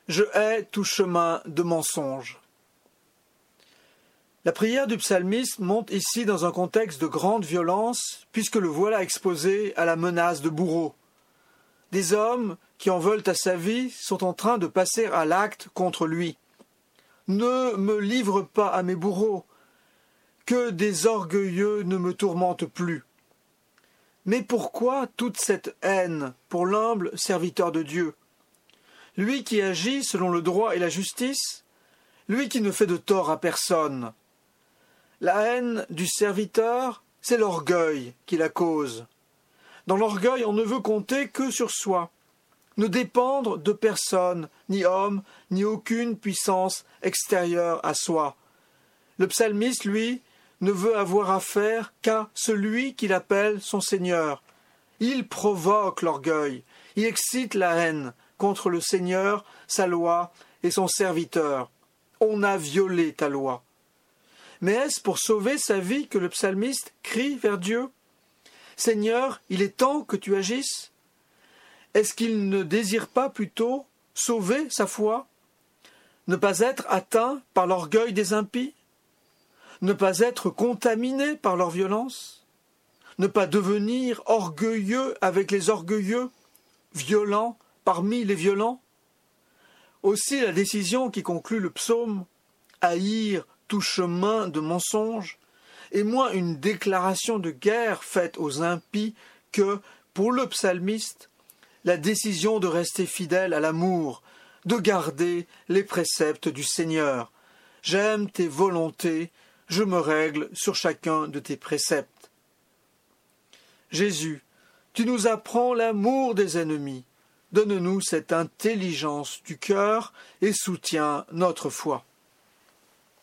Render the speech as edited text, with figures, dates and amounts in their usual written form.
Je hais tout chemin de mensonge. La prière du psalmiste monte ici dans un contexte de grande violence, puisque le voilà exposé à la menace de bourreaux. Des hommes qui en veulent à sa vie sont en train de passer à l'acte contre lui. Ne me livre pas à mes bourreaux, que des orgueilleux ne me tourmentent plus. Mais pourquoi toute cette haine pour l'humble serviteur de Dieu? Lui qui agit selon le droit et la justice, lui qui ne fait de tort à personne. La haine du serviteur, c'est l'orgueil qui la cause. Dans l'orgueil, on ne veut compter que sur soi, ne dépendre de personne, ni homme, ni aucune puissance extérieure à soi. Le psalmiste, lui, ne veut avoir affaire qu'à celui qu'il appelle son Seigneur. Il provoque l'orgueil, il excite la haine contre le Seigneur, sa loi et son serviteur. On a violé ta loi. Mais est-ce pour sauver sa vie que le psalmiste crie vers Dieu? Seigneur, il est temps que tu agisses. Est-ce qu'il ne désire pas plutôt sauver sa foi? Ne pas être atteint par l'orgueil des impies? Ne pas être contaminé par leur violence? Ne pas devenir orgueilleux avec les orgueilleux, violent parmi les violents? Aussi la décision qui conclut le psaume, haïr tout chemin de mensonge, est moins une déclaration de guerre faite aux impies que, pour le psalmiste, la décision de rester fidèle à l'amour, de garder les préceptes du Seigneur. J'aime tes volontés, je me règle sur chacun de tes préceptes. Jésus, tu nous apprends l'amour des ennemis. Donne-nous cette intelligence du cœur et soutiens notre foi.